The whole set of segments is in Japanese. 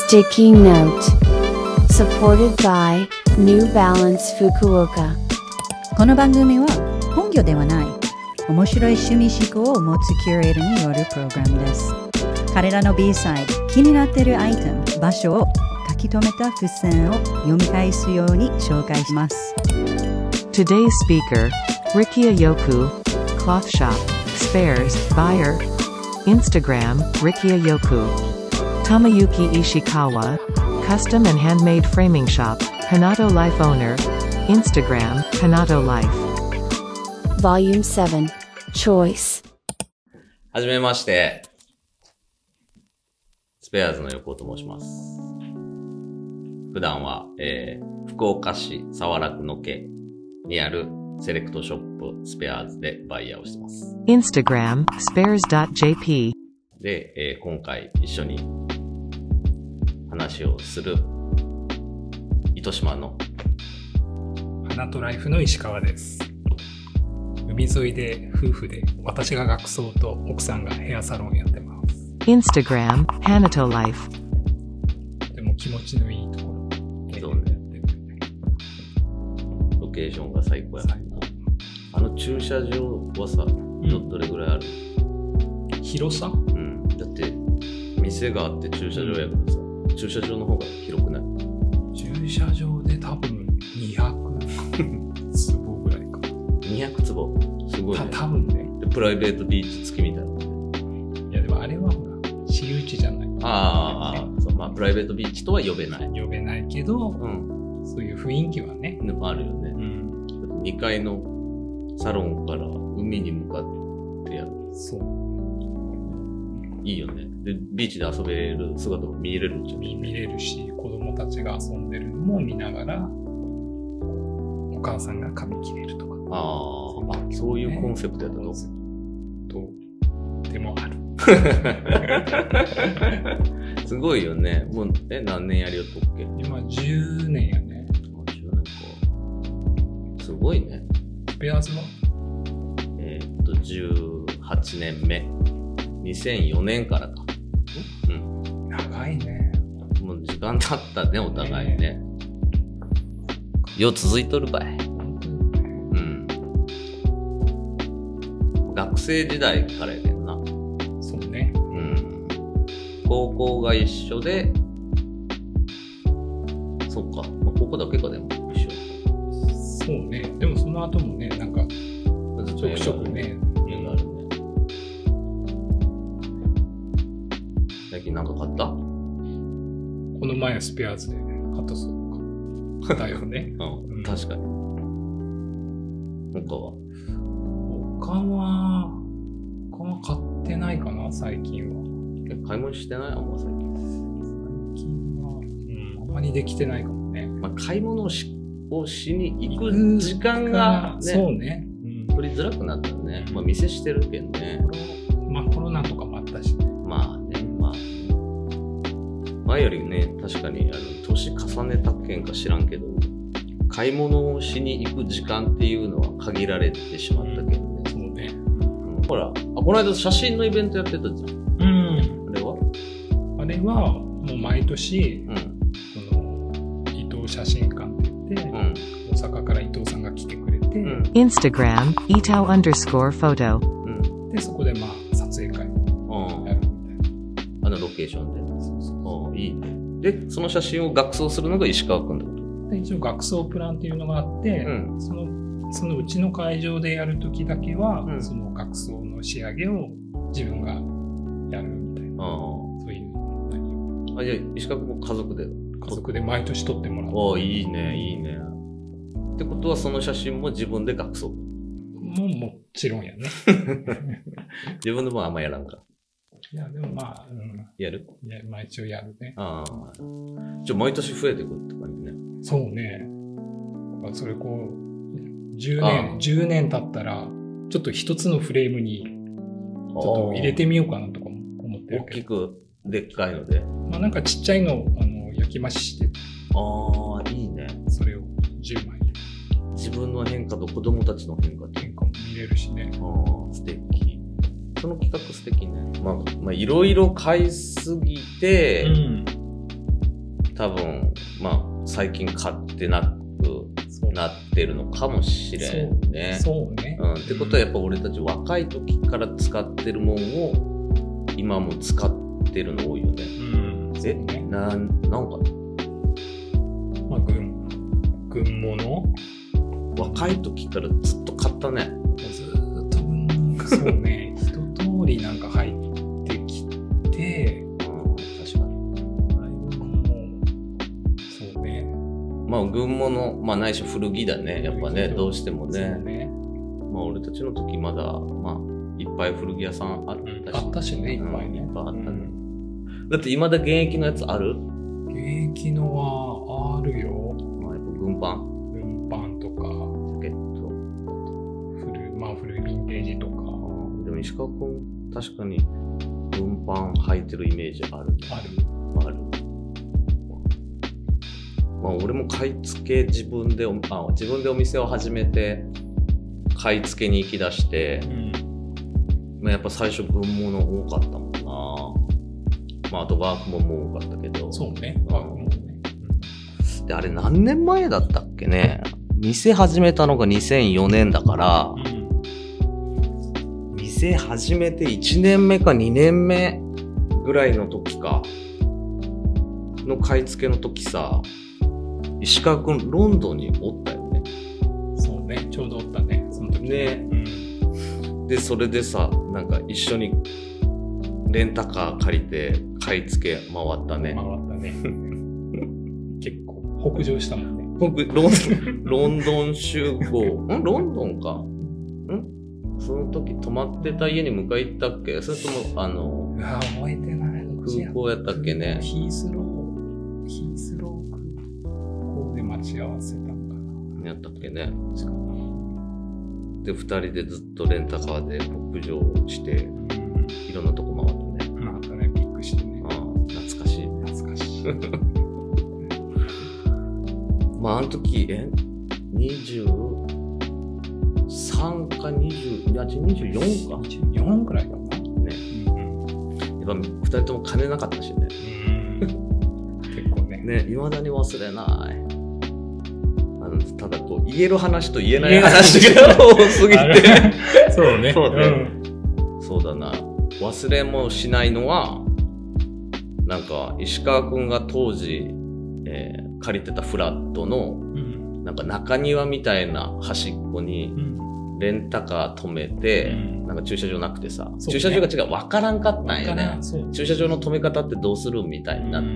Sticky Note Supported by New Balance Fukuoka この番組は本業ではない面白い趣味思考を持つキュレーターによるプログラムです。彼らの B サイド、気になっているアイテム、場所を書き留めた付箋を読み返すように紹介します。 Today's speaker, Rikia Yoku, Cloth Shop, Spares, Buyer, Instagram, Rikia Yoku, Tamayuki Ishikawa, Custom and Handmade Framing Shop, Hanato Life Owner, Instagram, Hanato Life. Volume 7 Choice はじめまして。スペアーズの横尾と申します。普段は、福岡市早良区の家にあるセレクトショップスペアーズでバイヤーをしてます。 Instagram, spares.jp で、今回一緒に話をする糸島の花とライフの石川です。海沿いで夫婦で私が学装と奥さんがヘアサロンやってます。 Instagram, Hanato Life でも気持ちのいいところそうね。ロケーションが最高やな。駐車場はさ、どれぐらいある？ 広さ？ だって店があって駐車場やけどさ、駐車場の方が広くない？ 駐車場で多分200坪ぐらいか。 200坪？すごいね。 多分ね。 でプライベートビーチ付きみたいな。 いやでもあれはほら私有地じゃない。 そう、まあプライベートビーチとは呼べない。 呼べないけど、そういう雰囲気はね。 あるよね。2階のサロンから海に向かってやる。 そう。 いいよね。で、ビーチで遊べる姿も見れるんじゃん。 見れるし、子供たちが遊んでるのも見ながら、お母さんが髪切れるとか。 そういうコンセプトやったの？ でもある。 すごいよね。もう、何年やりよっとっけ？ 今10年やね。 10年か。すごいね。 スペアーズは 18年目。2004年からか。 長いね。 もう時間経ったね、お互いね。よう続いとるばい。学生時代からやけんな。 そうね。 高校が一緒で、そっか。高校だけかでも一緒。 そうね。でもその後もね、なんか、ちょくちょくね。 最近なんか買った？ この前スペアーズで買ったそうか。だよね。 確かに。他は買ってないかな、最近は。買い物してない？あんま最近。 最近は、あんまりできてないかもね。 買い物をしに行く時間がね、 そうね。 取りづらくなったね。店してるけんね。 コロナとかもあったしね。 前よりね、確かに年重ねたけんか知らんけど、買い物をしに行く時間っていうのは限られてしまったけどね。 そうね。 ほら、この間写真のイベントやってたじゃん。 あれはもう毎年、この伊藤写真館って言って、大阪から伊藤さんが来てくれて、 Instagram, Itao_photo で、そこで撮影会やるみたいな。 ロケーションで。いいね。で、その写真を学装するのが石川くんってこと？ で、一応学装プランっていうのがあって、そのうちの会場でやるときだけは、その学装の仕上げを自分がやるみたいな。そういうじゃあ、石川くんも家族で毎年撮ってもらう。 いいね、いいね。ってことはその写真も自分で学装？ もちろんやね。 自分でもあんまやらんか。 いや、でもやる？ いや、一応やるね。 じゃあ毎年増えてくるって感じね。 そうね。それ10年経ったら、ちょっと一つのフレームに、ちょっと入れてみようかなとかも思ってるけど。 大きく、でっかいので。 なんかちっちゃいの、焼き増しして。 いいね。 それを10枚。 自分の変化と子供たちの変化も見れるしね。 素敵。その企画素敵ね。いろいろ買いすぎて、 多分、まあ、最近買ってなくなってるのかもしれんね。 そうね。 ってことはやっぱ俺たち若い時から使ってるもんを今も使ってるの多いよね。なんかまあ、軍物若い時からずっと買ったね。 ずっとそうね。一通りなんか入ってきて、 確かに。 そうね。 まあ軍物、まあないし古着だね。やっぱね、どうしてもね。まあ俺たちの時まだ、まあいっぱい古着屋さんあったし。 あったしね、いっぱいね。 いっぱいあったね。だって未だ現役のやつある？ 現役のはあるよ。 まあやっぱ軍パンとか、 ジャケット。 古いヴィンテージとか。 でも石川君、確かに軍パン履いてるイメージあるね。ある。まあ俺も買い付け自分でお店を始めて買い付けに行き出して、まあ、やっぱ最初軍物多かったもんな。まああとワークも多かったけど。 そうね。ワークもね。 であれ何年前だったっけね。店始めたのが2004年だから、店始めて1年目か2年目ぐらいの時かの買い付けの時さ、石川くんロンドンにおったよね。 そうね、ちょうどおったね、その時ね。でそれでさ、なんか一緒にレンタカー借りて買い付け回ったね。 結構北上したもんね。 ロンドン集合ロンドンかその時泊まってた家に迎え行ったっけ？それとも覚えてない。 空港やったっけね。 ヒースロー空港で待ち合わせたんかな。 やったっけね。で2人でずっとレンタカーで北上して、いろんなとこ回ってね。 回ったね、ピックしてね。 懐かしい。まああの時23か24か 24くらいかなね。やっぱ2人とも金なかったしね。 結構ね。 未だに忘れない。ただこう言える話と言えない話が多すぎてそうね。 そうだな。忘れもしないのはなんか石川くんが当時、借りてたフラットの、なんか中庭みたいな端っこにレンタカー止めて、なんか駐車場なくてさ、駐車場が違う、わからんかったんよね。駐車場の止め方ってどうするみたいになって、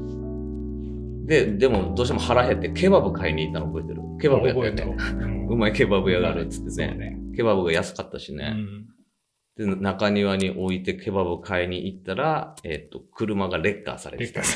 でもどうしても腹減ってケバブ買いに行ったの覚えてる？ケバブやったよね。うまいケバブ屋があるっつってね。ケバブが安かったしね。で中庭に置いてケバブ買いに行ったら、車がレッカーされてた。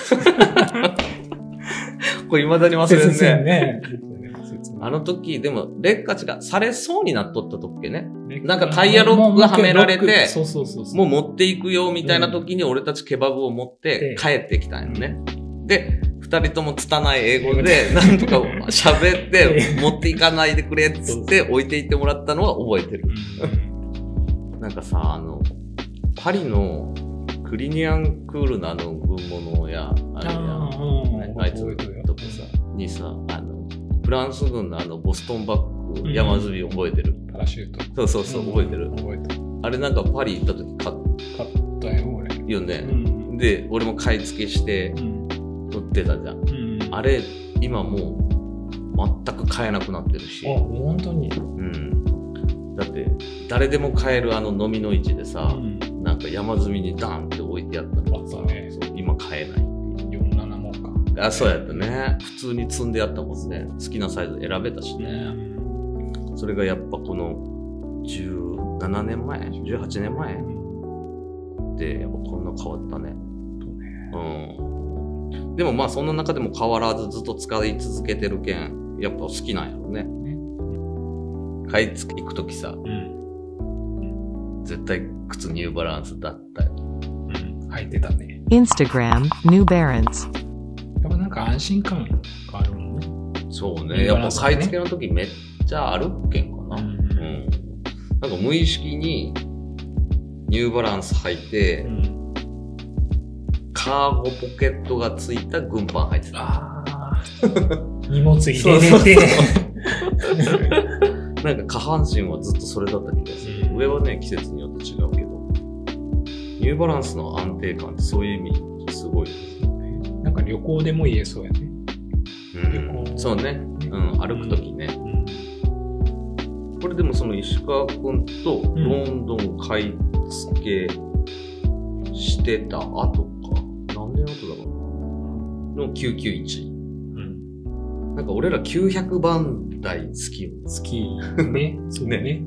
これ未だに忘れんね。あの時、でも、レッカーがされそうになっとった時ね。なんかタイヤロックがはめられて、もう持っていくよみたいな時に俺たちケバブを持って帰ってきたんよね。で、二人とも拙い英語で、なんとか喋って持っていかないでくれっつって置いていってもらったのは覚えてる。なんかさ、パリのクリニアンクールの軍物屋あるやん。あいつとかさ、にさ、フランス軍のボストンバッグ、山積み覚えてる？ パラシュート。 そう、覚えてる？覚えてる。あれなんかパリ行った時買ったよ、俺。 よね。で、俺も買い付けして乗ってたじゃん。あれ、今もう全く買えなくなってるし。 本当に？ だって、誰でも買える飲みの市でさ、なんか山積みにダンって置いてあったのがさ、今買えない。 47もか。 そうやったね。普通に積んであったもんね。好きなサイズ選べたしね。それがやっぱこの17年前 ?18 年前でやっぱこんな変わったね。でもまあそんな中でも変わらずずっと使い続けてるけん、やっぱ好きなんやろね。買い付け行くときさ、絶対靴ニューバランスだったよ。 履いてたね。 Instagram New Balance。 やっぱなんか安心感があるもんね。 そうね。やっぱ買い付けの時めっちゃ歩けんかな。なんか無意識にニューバランス履いて、 カーゴポケットがついた軍パン履いてた。 荷物入れれて。 なんか下半身はずっとそれだった気がする。上はね、季節によって違うけど。ニューバランスの安定感ってそういう意味すごいですよね。 なんか旅行でも言えそうやね。 旅行。そうね。歩くときね。これでもその石川くんとロンドン買い付けしてた後か。何年後だろうの991。なんか俺ら900番台好きよ。 好きね。そうね。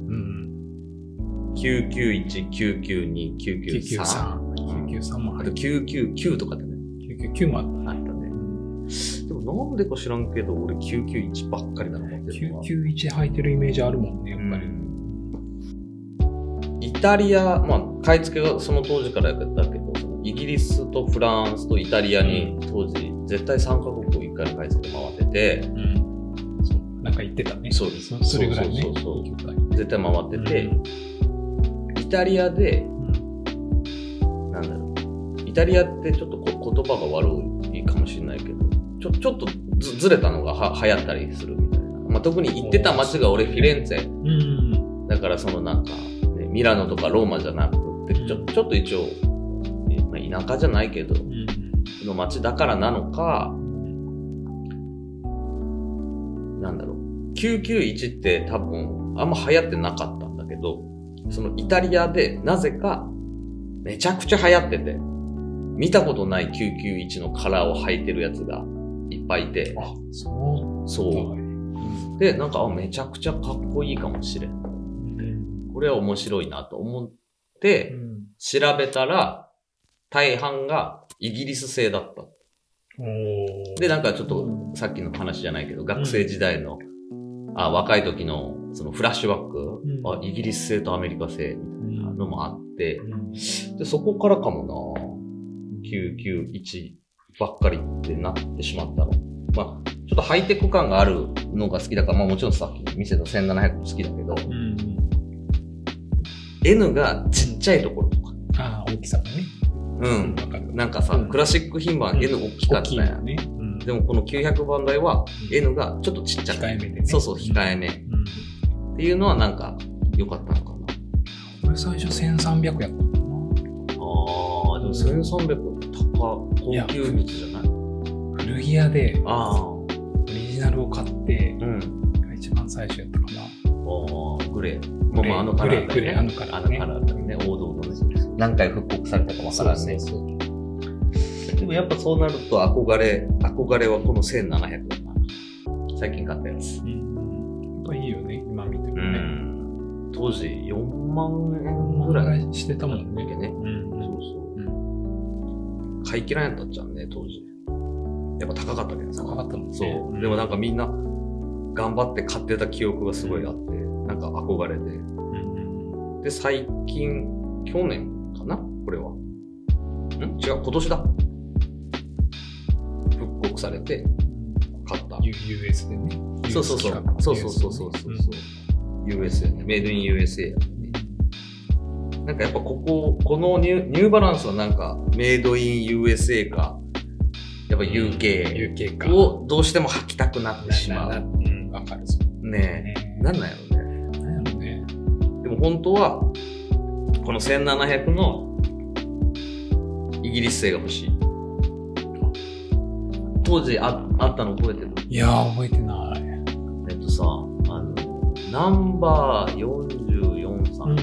991、992、993。 993もあと999とかでね。 999もあったね。でもなんでか知らんけど、俺991ばっかりだな思ってるのは。 991履いてるイメージあるもんね、やっぱり。イタリア、まあ、買い付けがその当時からやったけど、イギリスとフランスとイタリアに当時、絶対3カ国を1回の買い付けで回ってて、 なんか言ってたね。 そうです。 それぐらいね。 絶対回ってて、イタリアで、なんだろう。イタリアってちょっと言葉が悪いかもしれないけど、ちょっとずれたのが流行ったりするみたいな。まあ、特に行ってた街が俺フィレンツェ。だからそのなんか、ね、ミラノとかローマじゃなくて、ちょっと一応、まあ、田舎じゃないけど、の街だからなのか、なんだろう。991って多分あんま流行ってなかったんだけど、そのイタリアでなぜかめちゃくちゃ流行ってて、見たことない991のカラーを履いてるやつがいっぱいいて。 あ、そう。 で、なんかめちゃくちゃかっこいいかもしれん。これは面白いなと思って、調べたら大半がイギリス製だった。で、なんかちょっとさっきの話じゃないけど、学生時代の、若い時のそのフラッシュバック、イギリス製とアメリカ製みたいなのもあって、で、そこからかもな991ばっかりってなってしまったの。まあ、ちょっとハイテク感があるのが好きだから、まあもちろんさっき見せた1700も好きだけど、N がちっちゃいところとか。 大きさもね。 なんかさ、クラシック品番 N 大きかったよね。でもこの900番台は N がちょっとちっちゃい。 控えめでね。 そうそう、控えめ。っていうのはなんか良かったのかな。 俺最初1300やったのかな。 でも1300高級物じゃない？ 古着屋でオリジナルを買ってが一番最初やったかな。 グレー。まああのカラーだね。 あのカラーだね。 王道のね。何回復刻されたかわからんね。でもやっぱそうなると憧れはこの1700だな。最近買ったやつ。 やっぱいいよね、今見てもね。 当時4万円ぐらいしてたもんね。 そう。買い切らんやったっちゃうね、当時。やっぱ高かったけどさ。 高かったもんね。 そう。でもなんかみんな頑張って買ってた記憶がすごいあって、なんか憧れで。で、最近、去年かなこれは。違う、今年だ。復刻されて、買った。 US でね。 そう。USA ね。メイドイン USA やね。なんかやっぱこのニューバランスはなんか、メイドイン USA か、やっぱ UK かをどうしても履きたくなってしまう。 わかる。 ねえ。なんなんやろね。でも本当は、この1700のイギリス製が欲しい。当時あったの覚えてる？いやー、覚えてない。 さ、ナンバー44さん、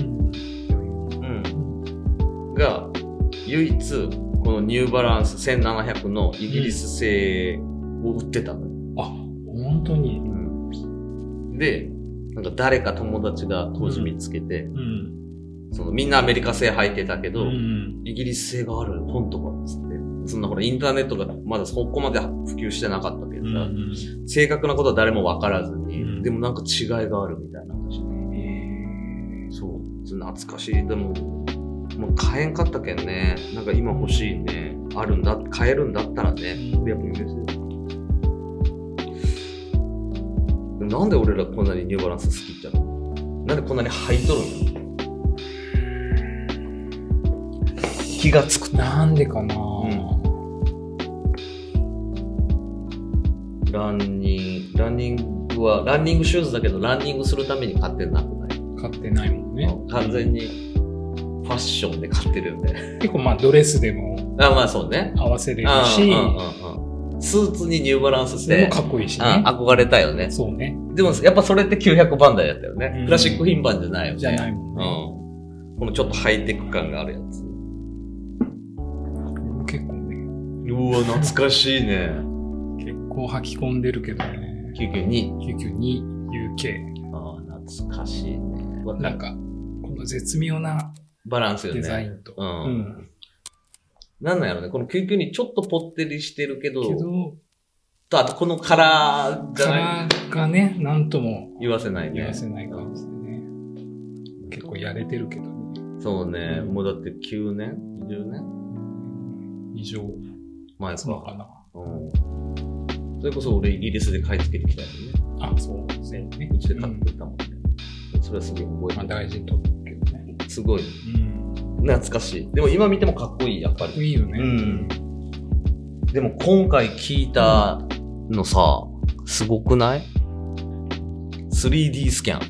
が唯一このニューバランス1700のイギリス製を売ってたのよ。 本当に。 で、なんか誰か友達が当時見つけて、そのみんなアメリカ製履いてたけど、イギリス製がある本とかっつって、そんなほらインターネットがまだそこまで普及してなかったけどさ、正確なことは誰も分からずに、でもなんか違いがあるみたいな話で、そう、懐かしい。でももう買えんかったけんね。なんか今欲しいね。あるんだ、買えるんだったらね。やっぱ US なんで俺らこんなにニューバランス好きっちゃう？なんでこんなに履いとるの？気がつく。 なんでかな、 ランニングは、ランニングシューズだけど、ランニングするために買ってなくない？ 買ってないもんね。 完全にファッションで買ってるよね。 結構まあドレスでもまあそうね。 合わせれるし、 スーツにニューバランスって。 もかっこいいしね。 憧れたよね。 そうね。 でもやっぱそれって900番台だったよね。クラシック品番じゃないよね。 じゃないもんね。 このちょっとハイテク感があるやつ。 結構ね。 うわ、懐かしいね。 結構履き込んでるけどね。 992 UK。 懐かしいね。 なんか、この絶妙なバランスよね。 デザインと。 なんなんやろね。この992ちょっとぽってりしてるけど、あとこのカラーじゃない。 カラーがね、なんとも言わせないね。 言わせない感じでね。結構やれてるけどね。 そうね。もうだって9年 ?20 年以上。 前かな。 それこそ俺イギリスで買い付けてきたよね。そうですね。 うちで買ってたもんね。それはすごい覚えてる。 大事にとってるけどね。 すごい。懐かしい。でも今見てもかっこいい、やっぱり。 かっこいいよね。 でも今回聞いたのさ、すごくない？ 3D スキャン。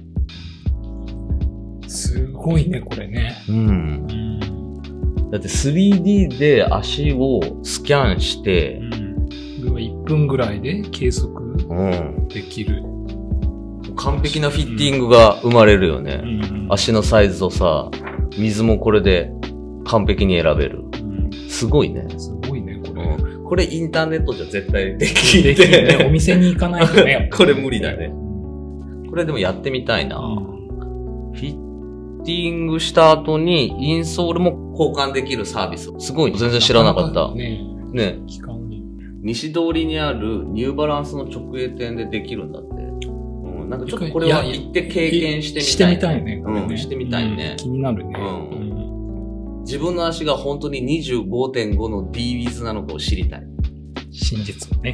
すごいね、これね。 だって 3D で足をスキャンして、 1分ぐらいで計測できる。 完璧なフィッティングが生まれるよね。足のサイズとさ、水もこれで完璧に選べる。すごいね。 すごいね、これ。 これインターネットじゃ絶対できないね。お店に行かないとね。 これ無理だね。これでもやってみたいな。フィッティングした後にインソールも交換できるサービス。すごい、全然知らなかった。ね。西通りにあるニューバランスの直営店でできるんだって。なんかちょっとこれは行って経験してみたい。 してみたいね。 してみたいね。 気になるね。 自分の足が本当に 25.5 の D-Wiz なのかを知りたい。 真実をね。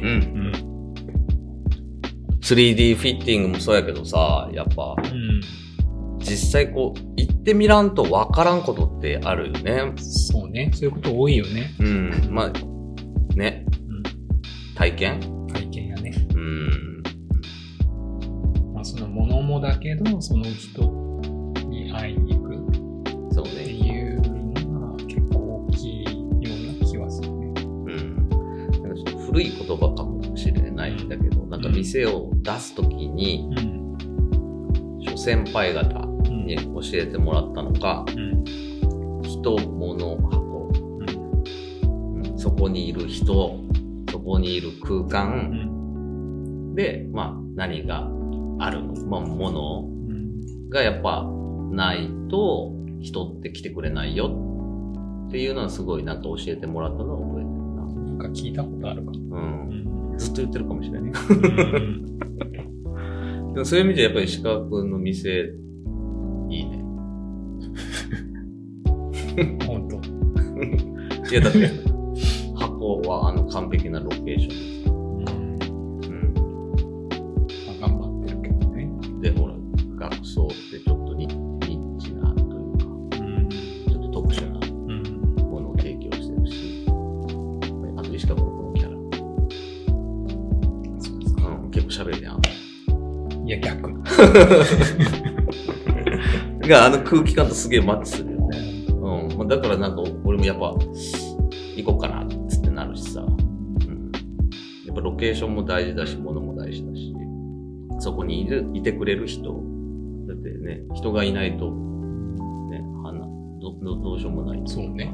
3D フィッティングもそうやけどさ、やっぱ、実際こう、行ってみらんとわからんことってあるよね。 そうね。そういうこと多いよね。 まあ、ね。体験やね。まあ、そのものもだけど、その人に会いに行く。 そうね。 っていうのが結構大きいような気はするね。 なんかちょっと古い言葉かもしれないんだけど、なんか店を出すときに、諸先輩方に教えてもらったのが、人、物、箱、そこにいる人、そこにいる空間、で、まあ何があるの、まあ物がやっぱないと人って来てくれないよっていうのはすごいなんか教えてもらったのを覚えてるな。 なんか聞いたことあるか。 ずっと言ってるかもしれない。でもそういう意味でやっぱり石川くんの店いいね。 本当。 いやだって箱は完璧なロケーションです。 まあ、頑張ってるけどね。 でほら学装ってちょっとニッチなというか、ちょっと特殊なものを提供してるし、あと石川くんのこのキャラ。 そうですか。 結構喋るやん。 いや逆。 が空気感とすげえマッチするよね。だからなんか俺もやっぱ行こうかなっつってなるしさ。やっぱロケーションも大事だし、物も大事だし、そこにいてくれる人。だってね、人がいないと、ね、どうしようもない。 そうね。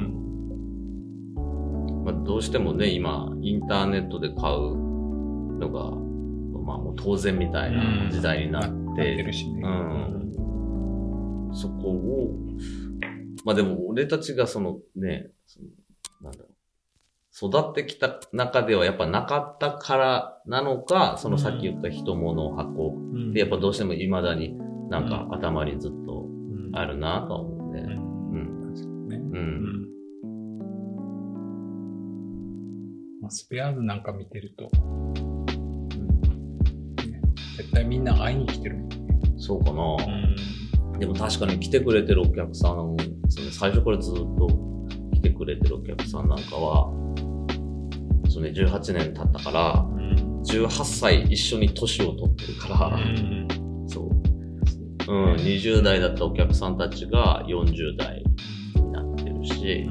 まあ、どうしてもね、今、インターネットで買うのが、まあもう当然みたいな時代になって、 るしね。 そこを、まあでも俺たちがなんだろう、育ってきた中ではやっぱなかったからなのか、そのさっき言った人物箱でやっぱどうしても未だになんか頭にずっとあるなと思うね。 まあ、スペアーズなんか見てると、絶対みんな会いに来てるもんね。 そうかな。でも確かに来てくれてるお客さん、最初からずっと来てくれてるお客さんなんかは、18年経ったから、 18歳一緒に年を取ってるから、そう。20代だったお客さんたちが40代になってるし、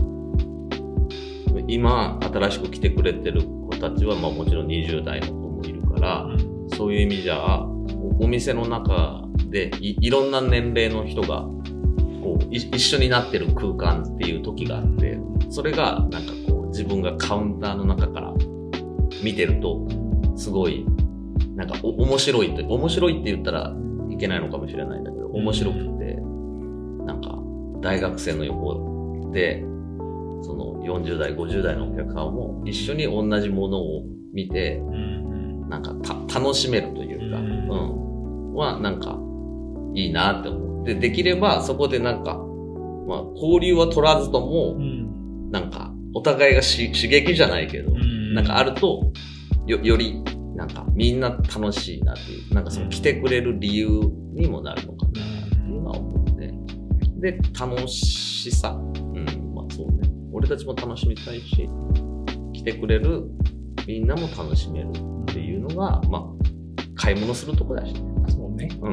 今新しく来てくれてる子たちはまあもちろん20代の子もいるから、そういう意味じゃお店の中で いろんな年齢の人がこう一緒になってる空間っていう時があって、それがなんかこう自分がカウンターの中から見てるとすごいなんか面白いって言ったらいけないのかもしれないんだけど、面白くて、なんか大学生の横でその40代50代のお客さんも一緒に同じものを見て、なんか楽しめるというか、はなんかいいなって思って、できればそこでなんか、まあ交流は取らずとも、なんかお互いが刺激じゃないけど、なんかあるとよりなんかみんな楽しいなっていう、なんかその来てくれる理由にもなるのかなっていうのは思って、で楽しさ、まあそうね、俺たちも楽しみたいし、来てくれるみんなも楽しめるっていうのが、まあ買い物するとこだしね。 そうね。そう。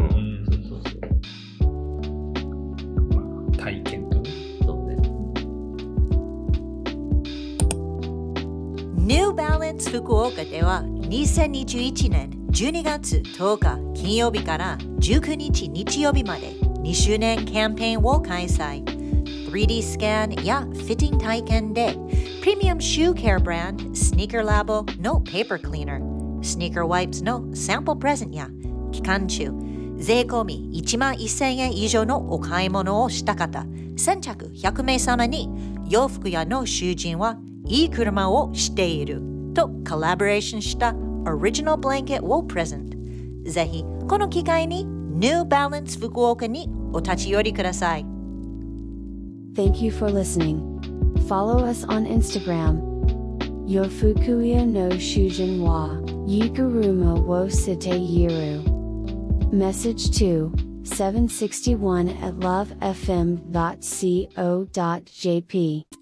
まあ体験とね。 そうね。 ニューバランス福岡では2021年12月10日金曜日から19日日曜日まで2周年キャンペーンを開催。3D スキャンやフィッティング体験でプレミアムシューケアブランドスニーカーラボのペーパークリーナー、スニーカーワイプスのサンプルプレゼントや期間中税込み11,000円以上のお買い物をした方先着100名様に洋服屋の囚人はいい車をしているとコラボレーションしたオリジナルブランケットをプレゼント。ぜひこの機会にニューバランス福岡にお立ち寄りください。 Thank you for listening. Follow us on Instagram. Yofukuya no Shujin wa Yikaruma wo Site Yiru. Message to 761@lovefm.co.jp